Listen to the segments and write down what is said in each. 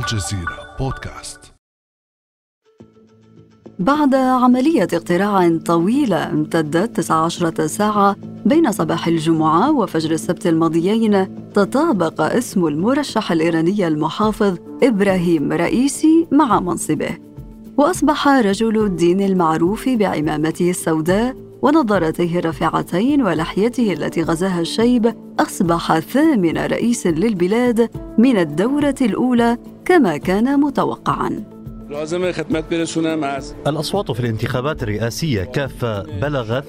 الجزيرة بودكاست. بعد عملية اقتراع طويلة امتدت 19 ساعة بين صباح الجمعة وفجر السبت الماضيين، تطابق اسم المرشح الإيراني المحافظ إبراهيم رئيسي مع منصبه، وأصبح رجل الدين المعروف بعمامته السوداء ونظارتيه الرفيعتين ولحيته التي غزاها الشيب أصبح ثامن رئيس للبلاد من الدورة الأولى كما كان متوقعاً. الأصوات في الانتخابات الرئاسية كافة بلغت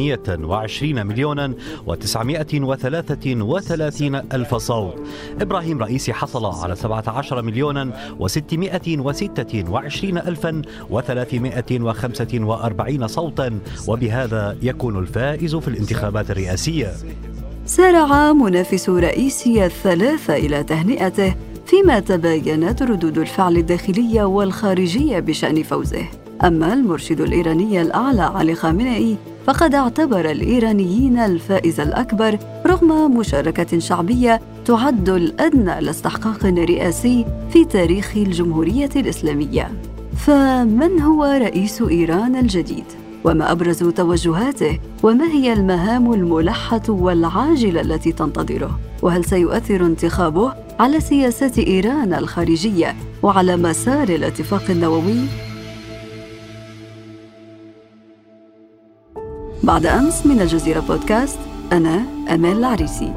28,933,000 صوت. إبراهيم رئيسي حصل على 17,626,345 صوتا، وبهذا يكون الفائز في الانتخابات الرئاسية. سارع منافس رئيسي الثلاثة إلى تهنئته، فيما تباينت ردود الفعل الداخلية والخارجية بشأن فوزه. أما المرشد الإيراني الأعلى علي خامنئي فقد اعتبر الإيرانيين الفائز الأكبر رغم مشاركة شعبية تعد الأدنى لاستحقاق رئاسي في تاريخ الجمهورية الإسلامية. فمن هو رئيس إيران الجديد؟ وما أبرز توجهاته؟ وما هي المهام الملحة والعاجلة التي تنتظره؟ وهل سيؤثر انتخابه على سياسات إيران الخارجية وعلى مسار الاتفاق النووي؟ بعد أمس من الجزيرة بودكاست، أنا أمال العريسي.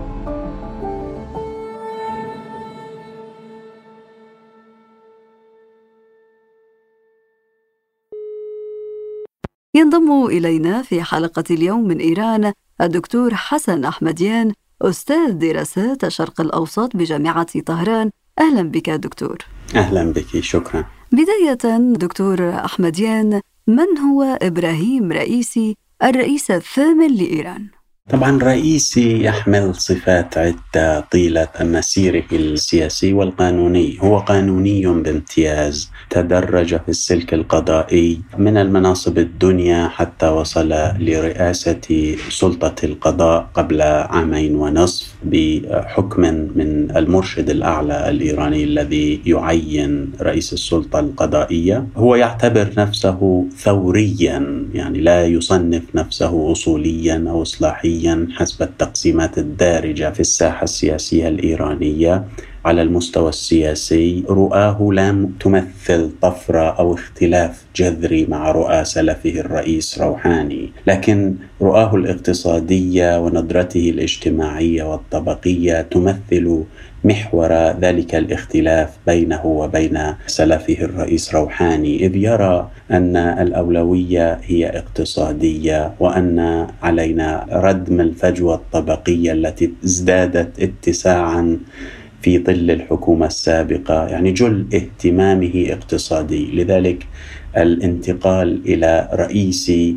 ينضم إلينا في حلقة اليوم من إيران الدكتور حسن أحمديان، أستاذ دراسات الشرق الأوسط بجامعة طهران. أهلا بك دكتور. أهلا بك، شكرا. بداية دكتور أحمديان، من هو إبراهيم رئيسي الرئيس الثامن لإيران؟ طبعا رئيسي يحمل صفات عدة طيلة مسيره السياسي والقانوني. هو قانوني بامتياز، تدرج في السلك القضائي من المناصب الدنيا حتى وصل لرئاسة سلطة القضاء قبل 2.5 بحكم من المرشد الأعلى الإيراني الذي يعين رئيس السلطة القضائية. هو يعتبر نفسه ثوريا، يعني لا يصنف نفسه أصوليا أو إصلاحيا حسب التقسيمات الدارجة في الساحة السياسية الإيرانية. على المستوى السياسي رؤاه لم تمثل طفرة أو اختلاف جذري مع رؤى سلفه الرئيس روحاني، لكن رؤاه الاقتصادية ونظرته الاجتماعية والطبقية تمثل محور ذلك الاختلاف بينه وبين سلفه الرئيس روحاني، إذ يرى أن الأولوية هي اقتصادية وأن علينا ردم الفجوة الطبقية التي ازدادت اتساعا في ظل الحكومة السابقة. يعني جل اهتمامه اقتصادي، لذلك الانتقال إلى رئيسي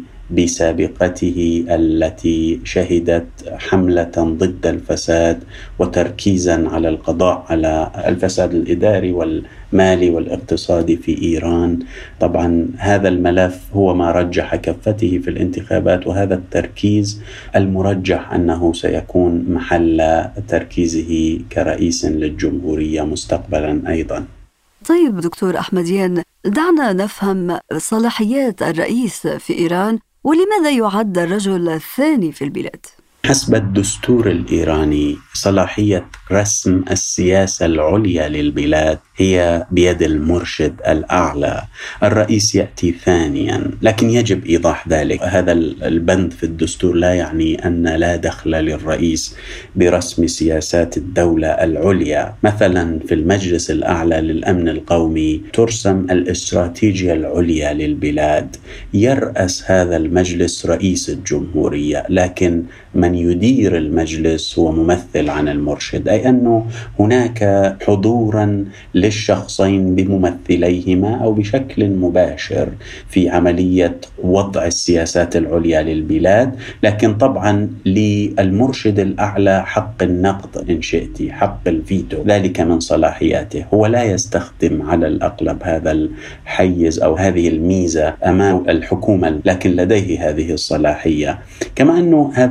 بسابقته التي شهدت حملة ضد الفساد وتركيزا على القضاء على الفساد الإداري والمالي والاقتصادي في إيران. طبعا هذا الملف هو ما رجح كفته في الانتخابات، وهذا التركيز المرجح أنه سيكون محل تركيزه كرئيس للجمهورية مستقبلا أيضا. طيب دكتور أحمديان، دعنا نفهم صلاحيات الرئيس في إيران، ولماذا يعد الرجل الثاني في البلاد؟ حسب الدستور الإيراني صلاحية رسم السياسة العليا للبلاد هي بيد المرشد الأعلى. الرئيس يأتي ثانيا، لكن يجب إيضاح ذلك. هذا البند في الدستور لا يعني أن لا دخل للرئيس برسم سياسات الدولة العليا. مثلا في المجلس الأعلى للأمن القومي ترسم الاستراتيجية العليا للبلاد، يرأس هذا المجلس رئيس الجمهورية، لكن من يدير المجلس هو ممثل عن المرشد، أي أنه هناك حضورا للشخصين بممثليهما أو بشكل مباشر في عملية وضع السياسات العليا للبلاد. لكن طبعا للمرشد الأعلى حق النقد إن شئت، حق الفيتو، ذلك من صلاحياته. هو لا يستخدم على الأغلب هذا الحيز أو هذه الميزة أمام الحكومة، لكن لديه هذه الصلاحية. كما أنه هذا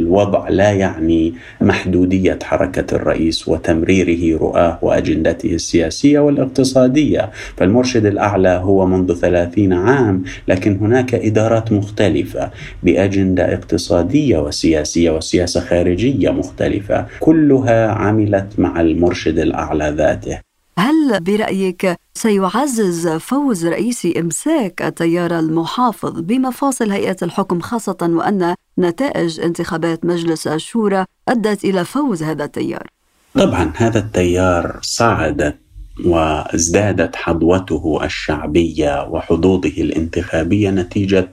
الوضع لا يعني محدودية حركة الرئيس وتمريره رؤاه وأجندته السياسية والاقتصادية. فالمرشد الأعلى هو منذ 30 عام، لكن هناك إدارات مختلفة بأجندة اقتصادية وسياسية وسياسة خارجية مختلفة، كلها عملت مع المرشد الأعلى ذاته. هل برأيك سيعزز فوز رئيسي إمساك التيار المحافظ بمفاصل هيئة الحكم، خاصة وأن نتائج انتخابات مجلس الشورى أدت إلى فوز هذا التيار؟ طبعا هذا التيار صعدت وازدادت حظوته الشعبية وحظوظه الانتخابية نتيجة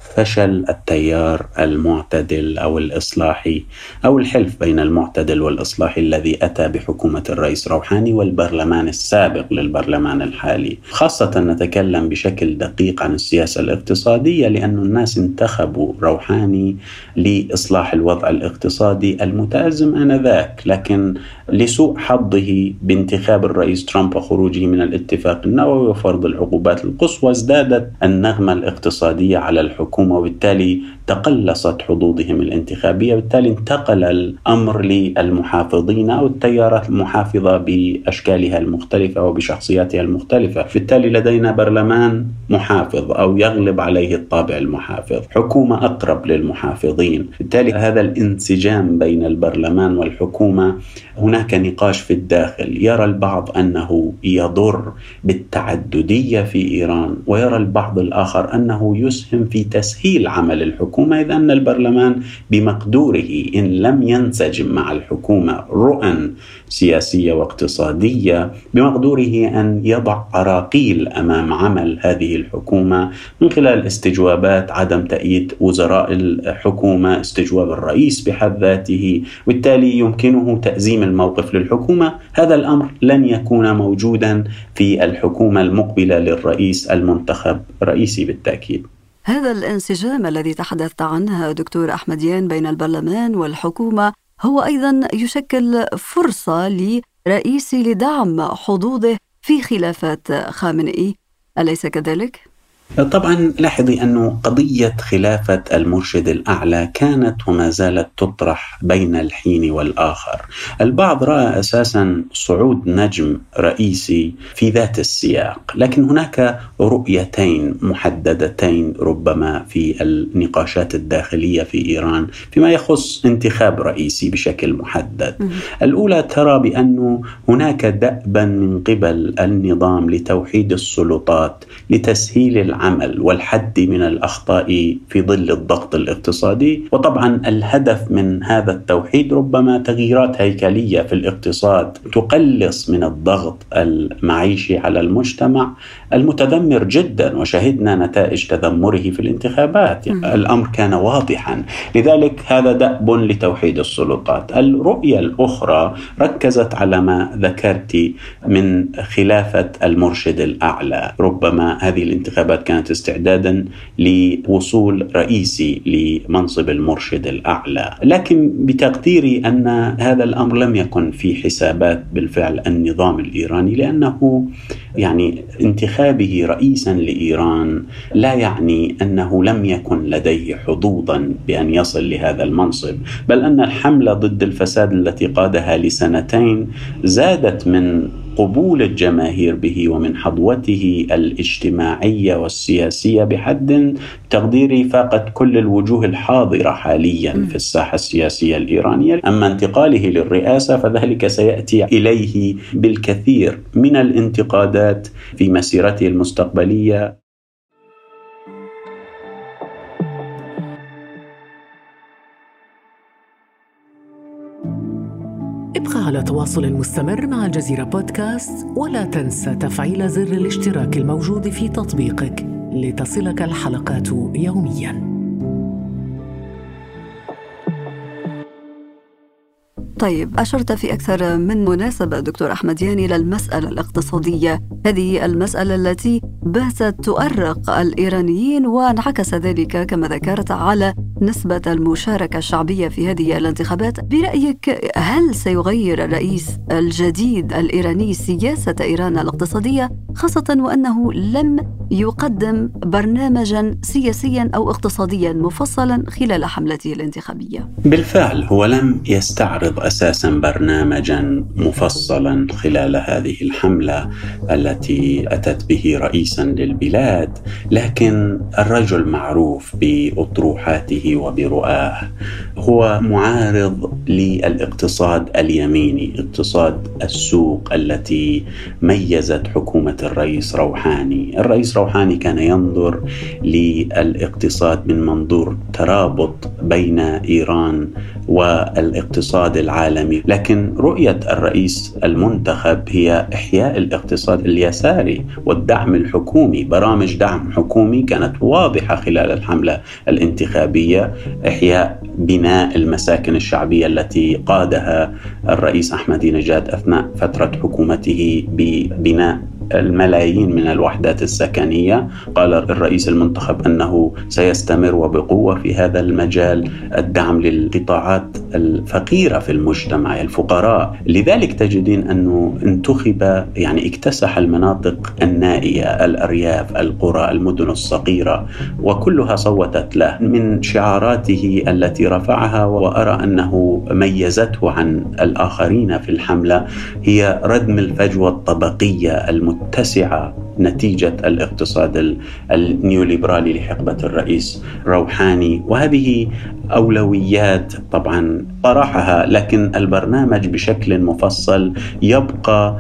فشل التيار المعتدل أو الإصلاحي أو الحلف بين المعتدل والإصلاحي الذي أتى بحكومة الرئيس روحاني والبرلمان السابق للبرلمان الحالي. خاصة نتكلم بشكل دقيق عن السياسة الاقتصادية، لأن الناس انتخبوا روحاني لإصلاح الوضع الاقتصادي المتأزم آنذاك، لكن لسوء حظه بانتخاب الرئيس ترامب وخروجه من الاتفاق النووي وفرض العقوبات القصوى ازدادت النغمة الاقتصادية على الحكومة، وبالتالي تقلصت حظوظهم الانتخابية. بالتالي انتقل الأمر للمحافظين أو التيارات المحافظة بأشكالها المختلفة وبشخصياتها المختلفة. بالتالي لدينا برلمان محافظ أو يغلب عليه الطابع المحافظ، حكومة أقرب للمحافظين. بالتالي هذا الانسجام بين البرلمان والحكومة هناك نقاش في الداخل، يرى البعض أنه يضر بالتعددية في إيران، ويرى البعض الآخر أنه يسهم في تسهيل عمل الحكومة، إذ أن البرلمان بمقدوره إن لم ينسجم مع الحكومة رؤى سياسية واقتصادية بمقدوره أن يضع عراقيل أمام عمل هذه الحكومة من خلال استجوابات، عدم تأييد وزراء الحكومة، استجواب الرئيس بحد ذاته، بالتالي يمكنه تأزيم الموقف للحكومة. هذا الأمر لن يكون موجودا في الحكومة المقبلة للرئيس المنتخب رئيسي بالتأكيد. هذا الانسجام الذي تحدثت عنه دكتور أحمديان بين البرلمان والحكومة هو أيضا يشكل فرصة لرئيسي لدعم حظوظه في خلافات خامنئي، أليس كذلك؟ طبعا لاحظي أن قضية خلافة المرشد الأعلى كانت وما زالت تطرح بين الحين والآخر. البعض رأى أساسا صعود نجم رئيسي في ذات السياق، لكن هناك رؤيتين محددتين ربما في النقاشات الداخلية في إيران فيما يخص انتخاب رئيسي بشكل محدد. الأولى ترى بأن هناك دأبا من قبل النظام لتوحيد السلطات لتسهيل العمل والحد من الأخطاء في ظل الضغط الاقتصادي. وطبعا الهدف من هذا التوحيد ربما تغييرات هيكلية في الاقتصاد تقلص من الضغط المعيشي على المجتمع المتذمر جدا، وشهدنا نتائج تذمره في الانتخابات. الأمر كان واضحا، لذلك هذا دأب لتوحيد السلطات. الرؤية الأخرى ركزت على ما ذكرت من خلافة المرشد الأعلى. ربما هذه الانتخابات كانت استعدادا لوصول رئيسي لمنصب المرشد الأعلى، لكن بتقديري أن هذا الأمر لم يكن في حسابات بالفعل النظام الإيراني، لأنه يعني انتخابه رئيسا لإيران لا يعني أنه لم يكن لديه حظوظا بأن يصل لهذا المنصب، بل أن الحملة ضد الفساد التي قادها لسنتين زادت من قبول الجماهير به ومن حظوته الاجتماعية والسياسية بحد تقديري فاقت كل الوجوه الحاضرة حاليا في الساحة السياسية الإيرانية. أما انتقاله للرئاسة فذلك سيأتي إليه بالكثير من الانتقادات في مسيرته المستقبلية. ابقى على تواصل مستمر مع الجزيرة بودكاست، ولا تنسى تفعيل زر الاشتراك الموجود في تطبيقك لتصلك الحلقات يومياً. طيب، أشرت في أكثر من مناسبة دكتور أحمديان إلى المسألة الاقتصادية، هذه المسألة التي باتت تؤرق الإيرانيين، وانعكس ذلك كما ذكرت على نسبة المشاركة الشعبية في هذه الانتخابات. برأيك هل سيغير الرئيس الجديد الإيراني سياسة إيران الاقتصادية، خاصة وأنه لم يقدم برنامجا سياسيا أو اقتصاديا مفصلا خلال حملته الانتخابية. بالفعل هو لم يستعرض أساسا برنامجا مفصلا خلال هذه الحملة التي أتت به رئيسا للبلاد، لكن الرجل معروف بأطروحاته وبرؤاه. هو معارض للاقتصاد اليميني، اقتصاد السوق التي ميزت حكومة الرئيس روحاني. الرئيس روحاني كان ينظر للاقتصاد من منظور ترابط بين إيران والاقتصاد العالمي، لكن رؤية الرئيس المنتخب هي إحياء الاقتصاد اليساري والدعم الحكومي. برامج دعم حكومي كانت واضحة خلال الحملة الانتخابية، إحياء بناء المساكن الشعبية التي قادها الرئيس أحمدي نجاد أثناء فترة حكومته ببناء الملايين من الوحدات السكنية. قال الرئيس المنتخب أنه سيستمر وبقوة في هذا المجال، الدعم للقطاعات الفقيرة في المجتمع، الفقراء. لذلك تجدين أنه انتخب، يعني اكتسح المناطق النائية، الأرياف، القرى، المدن الصغيرة، وكلها صوتت له. من شعاراته التي رفعها وأرى أنه ميزته عن الآخرين في الحملة هي ردم الفجوة الطبقية المتسعة نتيجة الاقتصاد النيوليبرالي لحقبة الرئيس روحاني. وهذه أولويات طبعا طرحها، لكن البرنامج بشكل مفصل يبقى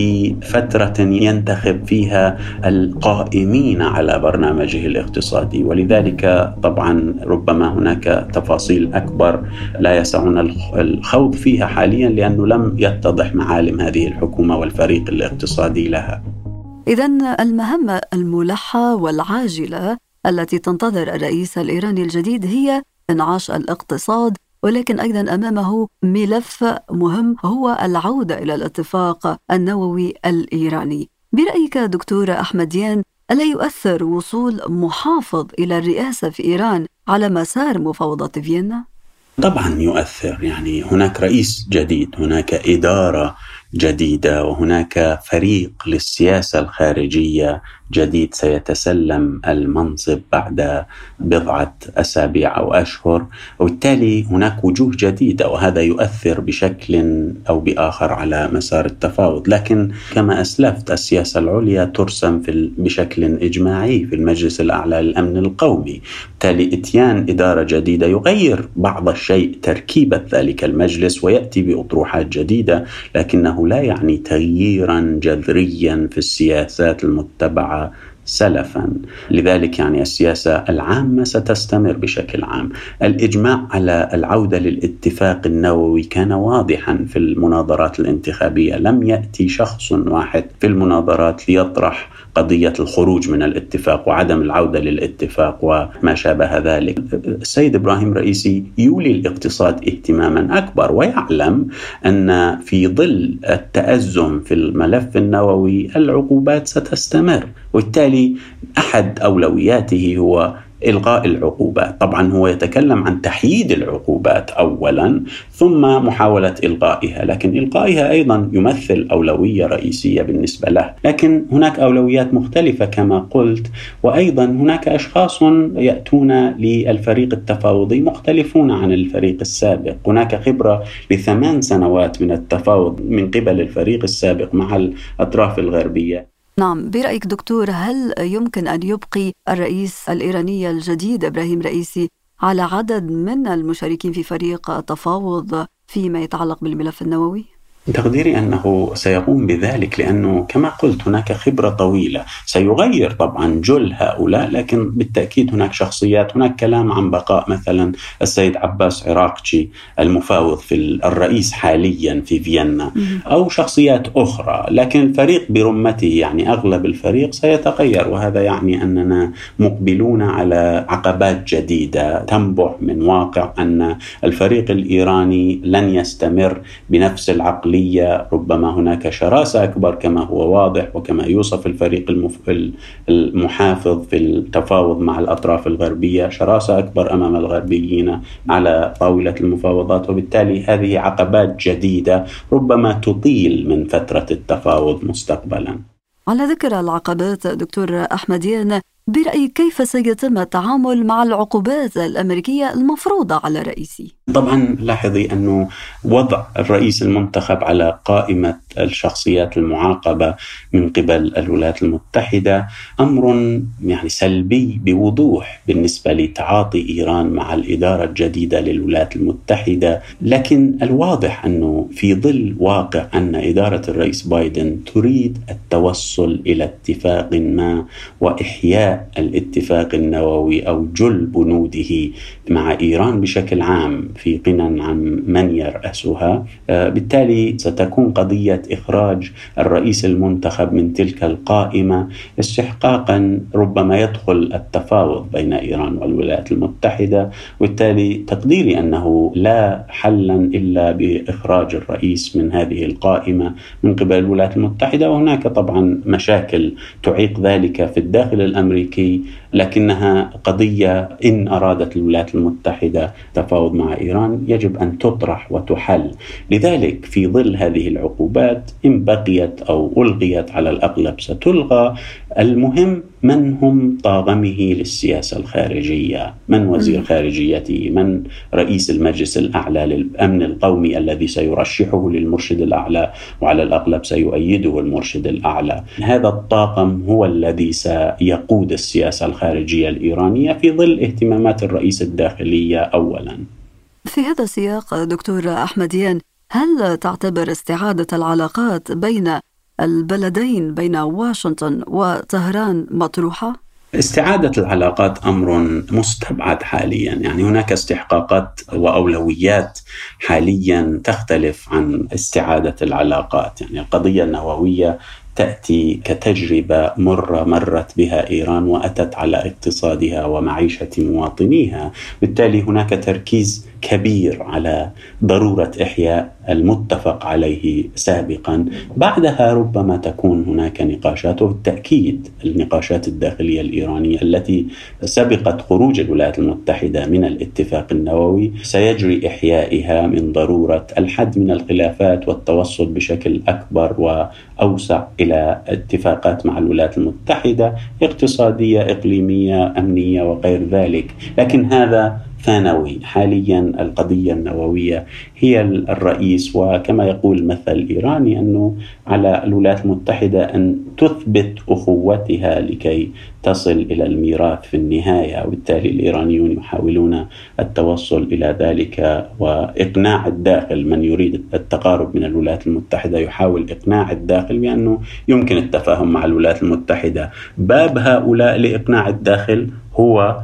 لفترة ينتخب فيها القائمين على برنامجه الاقتصادي، ولذلك طبعا ربما هناك تفاصيل أكبر لا يسعنا الخوض فيها حاليا، لأنه لم يتضح معالم هذه الحكومة والفريق الاقتصادي لها. إذن المهمة الملحة والعاجلة التي تنتظر الرئيس الإيراني الجديد هي إنعاش الاقتصاد، ولكن أيضا أمامه ملف مهم هو العودة إلى الاتفاق النووي الإيراني. برأيك دكتور أحمديان، ألا يؤثر وصول محافظ إلى الرئاسة في إيران على مسار مفاوضات فيينا؟ طبعا يؤثر، يعني هناك رئيس جديد، هناك إدارة جديدة، وهناك فريق للسياسة الخارجية جديد سيتسلم المنصب بعد بضعة أسابيع أو أشهر، وبالتالي هناك وجوه جديدة، وهذا يؤثر بشكل أو بآخر على مسار التفاوض. لكن كما أسلفت السياسة العليا ترسم بشكل إجماعي في المجلس الأعلى للأمن القومي، بالتالي إتيان إدارة جديدة يغير بعض الشيء تركيبة ذلك المجلس ويأتي بأطروحات جديدة، لكنه لا يعني تغييرا جذريا في السياسات المتبعة سلفا. لذلك يعني السياسة العامة ستستمر بشكل عام. الإجماع على العودة للاتفاق النووي كان واضحا في المناظرات الانتخابية، لم يأتي شخص واحد في المناظرات ليطرح قضية الخروج من الاتفاق وعدم العودة للاتفاق وما شابه ذلك. السيد إبراهيم رئيسي يولي الاقتصاد اهتماما أكبر، ويعلم أن في ظل التأزم في الملف النووي العقوبات ستستمر، وبالتالي أحد أولوياته هو إلغاء العقوبات. طبعا هو يتكلم عن تحييد العقوبات أولا ثم محاولة إلغائها، لكن إلغائها أيضا يمثل أولوية رئيسية بالنسبة له. لكن هناك أولويات مختلفة كما قلت، وأيضا هناك أشخاص يأتون للفريق التفاوضي مختلفون عن الفريق السابق. هناك خبرة ل8 سنوات من التفاوض من قبل الفريق السابق مع الأطراف الغربية. نعم، برأيك دكتور، هل يمكن أن يبقي الرئيس الإيراني الجديد إبراهيم رئيسي على عدد من المشاركين في فريق تفاوض فيما يتعلق بالملف النووي؟ تقديري أنه سيقوم بذلك، لأنه كما قلت هناك خبرة طويلة. سيغير طبعا جل هؤلاء، لكن بالتأكيد هناك شخصيات. هناك كلام عن بقاء مثلا السيد عباس عراقجي المفاوض في الرئيس حاليا في فيينا، أو شخصيات أخرى، لكن الفريق برمته يعني أغلب الفريق سيتغير، وهذا يعني أننا مقبلون على عقبات جديدة تنبع من واقع أن الفريق الإيراني لن يستمر بنفس العقل. ربما هناك شراسة أكبر كما هو واضح، وكما يوصف الفريق المحافظ في التفاوض مع الأطراف الغربية، شراسة أكبر أمام الغربيين على طاولة المفاوضات، وبالتالي هذه عقبات جديدة ربما تطيل من فترة التفاوض مستقبلا. على ذكر العقبات دكتور أحمديان، برأيك كيف سيتم التعامل مع العقوبات الأمريكية المفروضة على رئيسي؟ طبعا لاحظي أنه وضع الرئيس المنتخب على قائمة الشخصيات المعاقبة من قبل الولايات المتحدة أمر سلبي بوضوح بالنسبة لتعاطي إيران مع الإدارة الجديدة للولايات المتحدة. لكن الواضح أنه في ظل واقع أن إدارة الرئيس بايدن تريد التوصل إلى اتفاق ما وإحياء الاتفاق النووي أو جل بنوده مع إيران بشكل عام في قنا عن من يرأسها، بالتالي ستكون قضية إخراج الرئيس المنتخب من تلك القائمة استحقاقا ربما يدخل التفاوض بين إيران والولايات المتحدة، وبالتالي تقديري أنه لا حلا إلا بإخراج الرئيس من هذه القائمة من قبل الولايات المتحدة. وهناك طبعا مشاكل تعيق ذلك في الداخل الأمريكي، لكنها قضية إن أرادت الولايات المتحدة تفاوض مع إيران يجب أن تطرح وتحل. لذلك في ظل هذه العقوبات إن بقيت أو ألغيت على الأغلب ستلغى، المهم من هم طاغمه للسياسة الخارجية، من وزير خارجيته، من رئيس المجلس الأعلى للأمن القومي الذي سيرشحه للمرشد الأعلى وعلى الأغلب سيؤيده المرشد الأعلى. هذا الطاقم هو الذي سيقود السياسة الخارجية الإيرانية في ظل اهتمامات الرئيس الداخلية أولا. في هذا السياق دكتور أحمديان، هل تعتبر استعادة العلاقات بين البلدين بين واشنطن وطهران مطروحة؟ استعادة العلاقات أمر مستبعد حاليا، هناك استحقاقات وأولويات حاليا تختلف عن استعادة العلاقات. القضية النووية تأتي كتجربة مرة مرت بها إيران وأتت على اقتصادها ومعيشة مواطنيها، بالتالي هناك تركيز كبير على ضرورة إحياء المتفق عليه سابقا. بعدها ربما تكون هناك نقاشات، وبالتأكيد النقاشات الداخلية الإيرانية التي سبقت خروج الولايات المتحدة من الاتفاق النووي سيجري إحيائها من ضرورة الحد من الخلافات والتوصل بشكل أكبر وأوسع إلى اتفاقات مع الولايات المتحدة اقتصادية، إقليمية، أمنية وغير ذلك. لكن هذا ثانوي حاليا. القضية النووية هي الرئيس، وكما يقول المثل الإيراني أنه على الولايات المتحدة أن تثبت أخوتها لكي تصل إلى الميراث في النهاية، وبالتالي الإيرانيون يحاولون التوصل إلى ذلك وإقناع الداخل. من يريد التقارب من الولايات المتحدة يحاول إقناع الداخل بأنه يمكن التفاهم مع الولايات المتحدة. باب هؤلاء لإقناع الداخل هو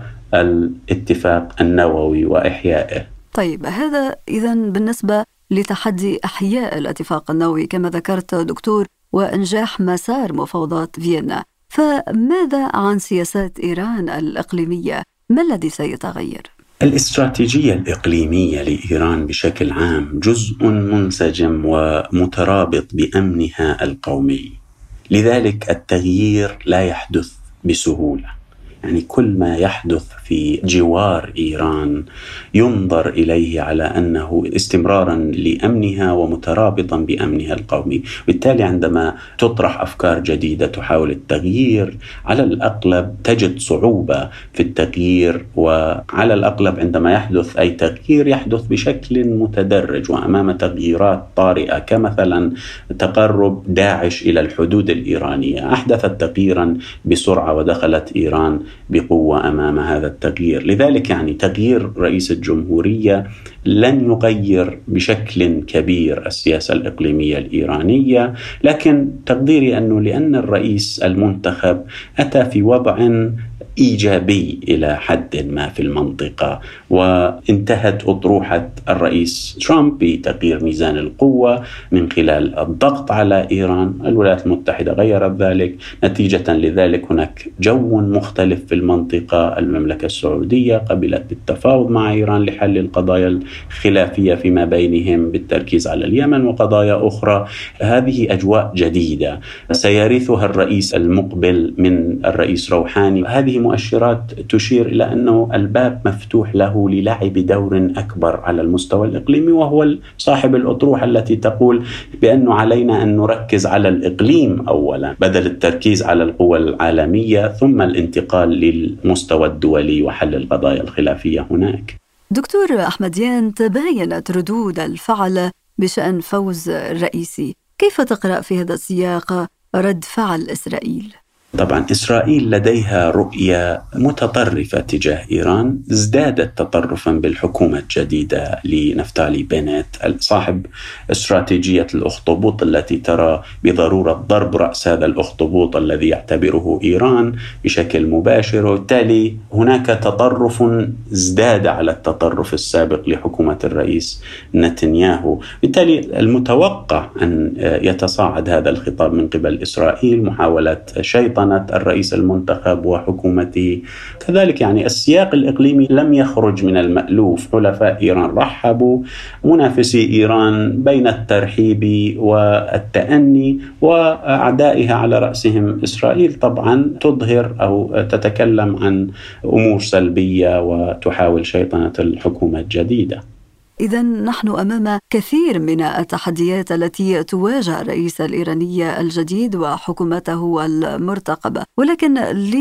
الاتفاق النووي وإحيائه. طيب، هذا إذن بالنسبة لتحدي إحياء الاتفاق النووي كما ذكرت دكتور وإنجاح مسار مفاوضات فيينا. فماذا عن سياسات إيران الإقليمية؟ ما الذي سيتغير؟ الاستراتيجية الإقليمية لإيران بشكل عام جزء منسجم ومترابط بأمنها القومي، لذلك التغيير لا يحدث بسهولة. كل ما يحدث في جوار إيران ينظر إليه على أنه استمرارا لأمنها ومترابطا بأمنها القومي. بالتالي عندما تطرح أفكار جديدة تحاول التغيير، على الأغلب تجد صعوبة في التغيير، وعلى الأغلب عندما يحدث أي تغيير يحدث بشكل متدرج وأمام تغييرات طارئة، كمثلا تقرب داعش إلى الحدود الإيرانية أحدثت تغييرا بسرعة ودخلت إيران بقوة أمام هذا التغيير. لذلك تغيير رئيس الجمهورية لن يغير بشكل كبير السياسة الإقليمية الإيرانية، لكن تقديري أنه لأن الرئيس المنتخب أتى في وضع إيجابي إلى حد ما في المنطقة، وانتهت أطروحة الرئيس ترامب بتغيير ميزان القوة من خلال الضغط على إيران. الولايات المتحدة غيرت ذلك، نتيجة لذلك هناك جو مختلف في المنطقة. المملكة السعودية قبلت بالتفاوض مع إيران لحل القضايا خلافية فيما بينهم بالتركيز على اليمن وقضايا أخرى. هذه أجواء جديدة سيرثها الرئيس المقبل من الرئيس روحاني. هذه مؤشرات تشير إلى أنه الباب مفتوح له للعب دور أكبر على المستوى الإقليمي، وهو صاحب الأطروحة التي تقول بأنه علينا أن نركز على الإقليم أولا بدل التركيز على القوى العالمية، ثم الانتقال للمستوى الدولي وحل القضايا الخلافية هناك. دكتور أحمديان، تباينت ردود الفعل بشأن فوز الرئيسي، كيف تقرأ في هذا السياق رد فعل إسرائيل؟ طبعا إسرائيل لديها رؤية متطرفة تجاه إيران، ازدادت تطرفا بالحكومة الجديدة لنفتالي بنت صاحب استراتيجية الأخطبوط التي ترى بضرورة ضرب رأس هذا الأخطبوط الذي يعتبره إيران بشكل مباشر، وبالتالي هناك تطرف ازداد على التطرف السابق لحكومة الرئيس نتنياهو. بالتالي المتوقع أن يتصاعد هذا الخطاب من قبل إسرائيل، محاولة شيطنة الرئيس المنتخب وحكومته. كذلك يعني السياق الإقليمي لم يخرج من المألوف، حلفاء إيران رحبوا، منافسي إيران بين الترحيب والتأني، وأعدائها على رأسهم إسرائيل طبعا تظهر أو تتكلم عن أمور سلبية وتحاول شيطنة الحكومة الجديدة. إذن نحن أمام كثير من التحديات التي تواجه الرئيس الإيراني الجديد وحكومته المرتقبة، ولكن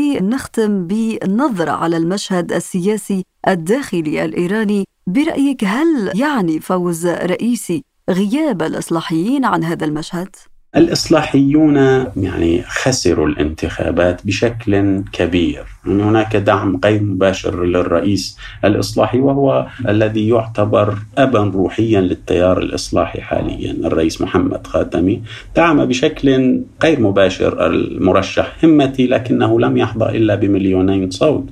لنختم بنظرة على المشهد السياسي الداخلي الإيراني، برأيك هل يعني فوز رئيسي غياب الإصلاحيين عن هذا المشهد؟ الإصلاحيون يعني خسروا الانتخابات بشكل كبير، يعني هناك دعم غير مباشر للرئيس الإصلاحي، وهو الذي يعتبر أبا روحيا للتيار الإصلاحي حاليا. الرئيس محمد خاتمي دعم بشكل غير مباشر المرشح همتي، لكنه لم يحظى إلا ب2,000,000 صوت،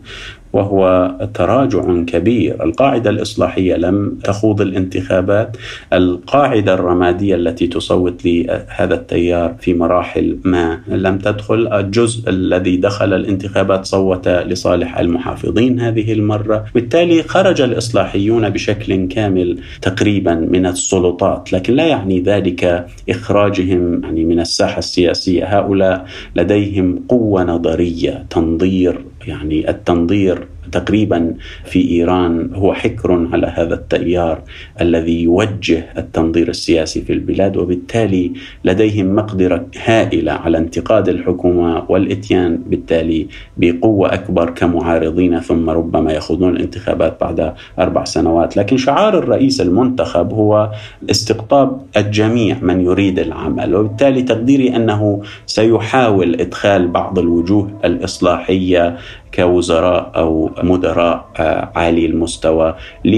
وهو تراجع كبير. القاعدة الإصلاحية لم تخوض الانتخابات، القاعدة الرمادية التي تصوت لهذا التيار في مراحل ما لم تدخل، الجزء الذي دخل الانتخابات صوت لصالح المحافظين هذه المرة. بالتالي خرج الإصلاحيون بشكل كامل تقريبا من السلطات، لكن لا يعني ذلك إخراجهم يعني من الساحة السياسية. هؤلاء لديهم قوة نظرية، تنظير، يعني التنظير تقريبا في إيران هو حكر على هذا التيار الذي يوجه التنظير السياسي في البلاد، وبالتالي لديهم مقدرة هائلة على انتقاد الحكومة والإتيان بالتالي بقوة أكبر كمعارضين، ثم ربما يخوضون الانتخابات بعد 4 سنوات. لكن شعار الرئيس المنتخب هو استقطاب الجميع من يريد العمل، وبالتالي تقديري أنه سيحاول إدخال بعض الوجوه الإصلاحية كوزراء أو مدراء عالي المستوى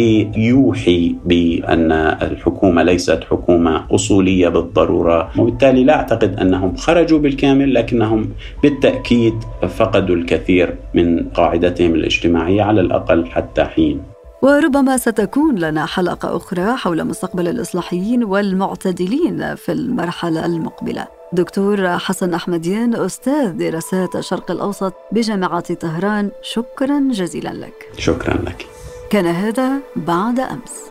ليوحي بأن الحكومة ليست حكومة أصولية بالضرورة، وبالتالي لا أعتقد أنهم خرجوا بالكامل، لكنهم بالتأكيد فقدوا الكثير من قاعدتهم الاجتماعية على الأقل حتى حين. وربما ستكون لنا حلقة أخرى حول مستقبل الإصلاحيين والمعتدلين في المرحلة المقبلة. دكتور حسن أحمديان، أستاذ دراسات الشرق الأوسط بجامعة طهران، شكرا جزيلا لك. شكرا لك. كان هذا بعد أمس.